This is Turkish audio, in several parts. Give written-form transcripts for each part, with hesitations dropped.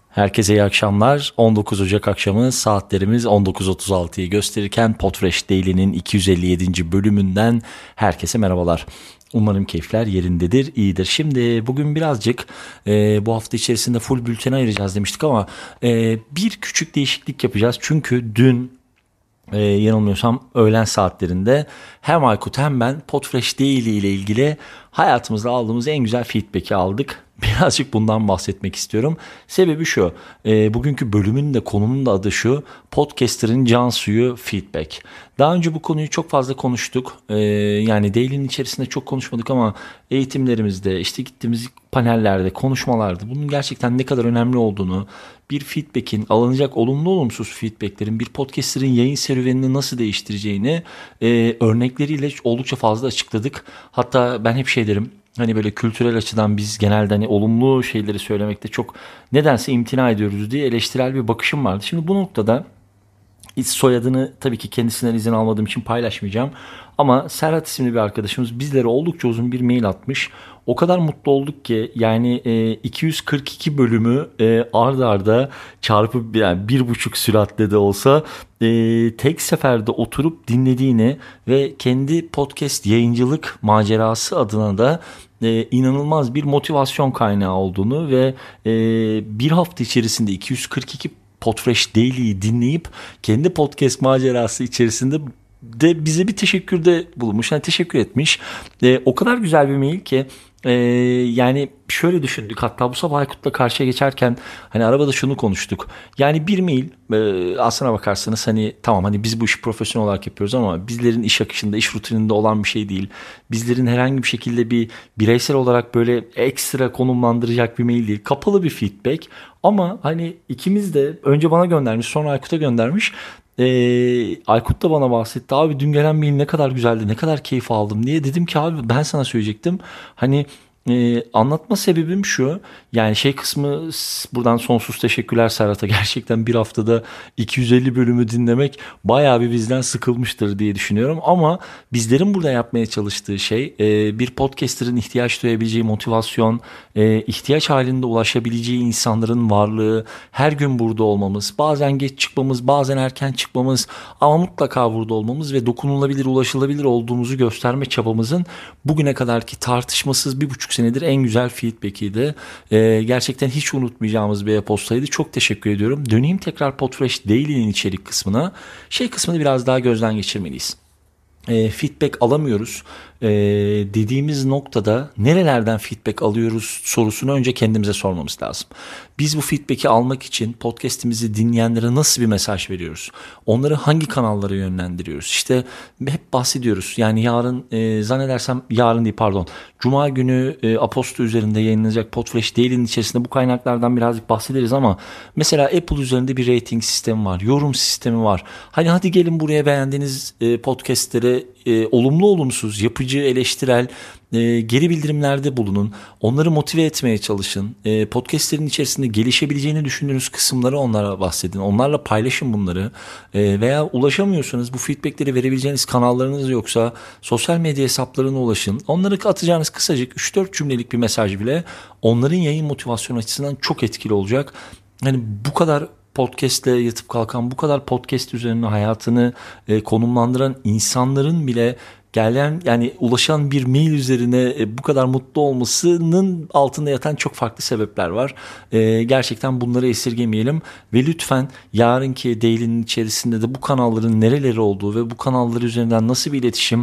Herkese iyi akşamlar. 19 Ocak akşamı saatlerimiz 19.36'yı gösterirken Podfresh Daily'nin 257. bölümünden herkese merhabalar. Umarım keyifler yerindedir, iyidir. Şimdi bugün birazcık bu hafta içerisinde full bültene ayıracağız demiştik ama bir küçük değişiklik yapacağız. Çünkü dün yanılmıyorsam öğlen saatlerinde hem Aykut hem ben Podfresh Daily ile ilgili hayatımızda aldığımız en güzel feedback'i aldık. Birazcık bundan bahsetmek istiyorum. Sebebi şu, bugünkü bölümün de konunun da adı şu: Podcaster'ın can suyu feedback. Daha önce bu konuyu çok fazla konuştuk. Yani Daily'nin içerisinde çok konuşmadık ama eğitimlerimizde, işte gittiğimiz panellerde, konuşmalarda bunun gerçekten ne kadar önemli olduğunu, bir feedback'in, alınacak olumlu olumsuz feedback'lerin bir podcaster'ın yayın serüvenini nasıl değiştireceğini örnekleriyle oldukça fazla açıkladık. Hatta ben hep şey derim, hani böyle kültürel açıdan biz genelde hani olumlu şeyleri söylemekte çok nedense imtina ediyoruz diye eleştirel bir bakışım vardı. Şimdi bu noktada soyadını tabii ki kendisinden izin almadığım için paylaşmayacağım. Ama Serhat isimli bir arkadaşımız bizlere oldukça uzun bir mail atmış. O kadar mutlu olduk ki yani 242 bölümü ard arda çarpı yani 1,5 süratle de olsa tek seferde oturup dinlediğini ve kendi podcast yayıncılık macerası adına da inanılmaz bir motivasyon kaynağı olduğunu ve bir hafta içerisinde 242 Podfresh Daily'yi dinleyip kendi podcast macerası içerisinde de bize bir teşekkürde bulunmuş. Yani teşekkür etmiş. O kadar güzel bir mail ki yani şöyle düşündük, hatta bu sabah Aykut'la karşıya geçerken hani arabada şunu konuştuk. Yani bir mail aslına bakarsanız hani tamam, hani biz bu işi profesyonel olarak yapıyoruz ama bizlerin iş akışında, iş rutininde olan bir şey değil. Bizlerin herhangi bir şekilde bir bireysel olarak böyle ekstra konumlandıracak bir mail değil. Kapalı bir feedback ama hani ikimiz de önce bana göndermiş, sonra Aykut'a göndermiş. Aykut da bana bahsetti. Abi dün gelen mail ne kadar güzeldi, ne kadar keyif aldım diye. Dedim ki abi ben sana söyleyecektim. Hani anlatma sebebim şu. Yani şey kısmı, buradan sonsuz teşekkürler Serhat'a. Gerçekten bir haftada 250 bölümü dinlemek bayağı bir bizden sıkılmıştır diye düşünüyorum. Ama bizlerin burada yapmaya çalıştığı şey bir podcaster'ın ihtiyaç duyabileceği motivasyon, ihtiyaç halinde ulaşabileceği insanların varlığı, her gün burada olmamız, bazen geç çıkmamız, bazen erken çıkmamız ama mutlaka burada olmamız ve dokunulabilir, ulaşılabilir olduğumuzu gösterme çabamızın bugüne kadarki tartışmasız 1,5 senedir en güzel feedback'iydi. Gerçekten hiç unutmayacağımız bir e-postaydı. Çok teşekkür ediyorum. Döneyim tekrar Podfresh Daily'nin içerik kısmına. Şey kısmını biraz daha gözden geçirmeliyiz. Feedback alamıyoruz dediğimiz noktada nerelerden feedback alıyoruz sorusunu önce kendimize sormamız lazım. Biz bu feedback'i almak için podcast'imizi dinleyenlere nasıl bir mesaj veriyoruz? Onları hangi kanallara yönlendiriyoruz? İşte hep bahsediyoruz. Yani yarın zannedersem yarın değil pardon. Cuma günü Aposto üzerinde yayınlanacak Podfresh Daily'nin içerisinde bu kaynaklardan birazcık bahsederiz ama mesela Apple üzerinde bir rating sistemi var. Yorum sistemi var. Hani hadi gelin buraya beğendiğiniz podcast'lere olumlu olumsuz, yapıcı, eleştirel geri bildirimlerde bulunun. Onları motive etmeye çalışın. Podcastlerin içerisinde gelişebileceğini düşündüğünüz kısımları onlara bahsedin. Onlarla paylaşın bunları. Veya ulaşamıyorsanız, bu feedbackleri verebileceğiniz kanallarınız yoksa sosyal medya hesaplarına ulaşın. Onları atacağınız kısacık 3-4 cümlelik bir mesaj bile onların yayın motivasyonu açısından çok etkili olacak. Hani bu kadar podcast'le yatıp kalkan, bu kadar podcast üzerine hayatını konumlandıran insanların bile gelen, yani ulaşan bir mail üzerine bu kadar mutlu olmasının altında yatan çok farklı sebepler var. Gerçekten bunları esirgemeyelim ve lütfen yarınki Daily'nin içerisinde de bu kanalların nereleri olduğu ve bu kanallar üzerinden nasıl bir iletişim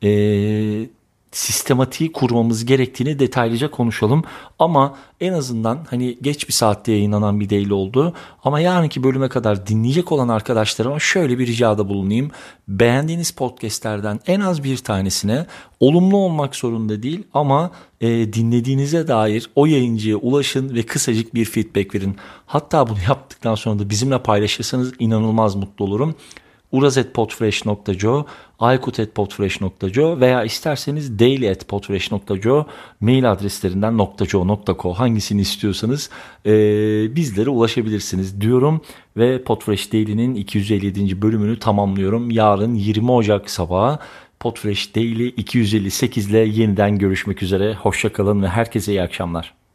sistematiği kurmamız gerektiğini detaylıca konuşalım. Ama en azından hani geç bir saatte yayınlanan bir Daily oldu. Ama yarınki bölüme kadar dinleyecek olan arkadaşlarıma şöyle bir ricada bulunayım. Beğendiğiniz podcastlerden en az bir tanesine, olumlu olmak zorunda değil ama dinlediğinize dair o yayıncıya ulaşın ve kısacık bir feedback verin. Hatta bunu yaptıktan sonra da bizimle paylaşırsanız inanılmaz mutlu olurum. uraz@podfresh.co, aykut@podfresh.co veya isterseniz daily@podfresh.co mail adreslerinden .co.co hangisini istiyorsanız bizlere ulaşabilirsiniz diyorum ve Podfresh Daily'nin 257. bölümünü tamamlıyorum. Yarın 20 Ocak sabahı Podfresh Daily 258 ile yeniden görüşmek üzere. Hoşça kalın ve herkese iyi akşamlar.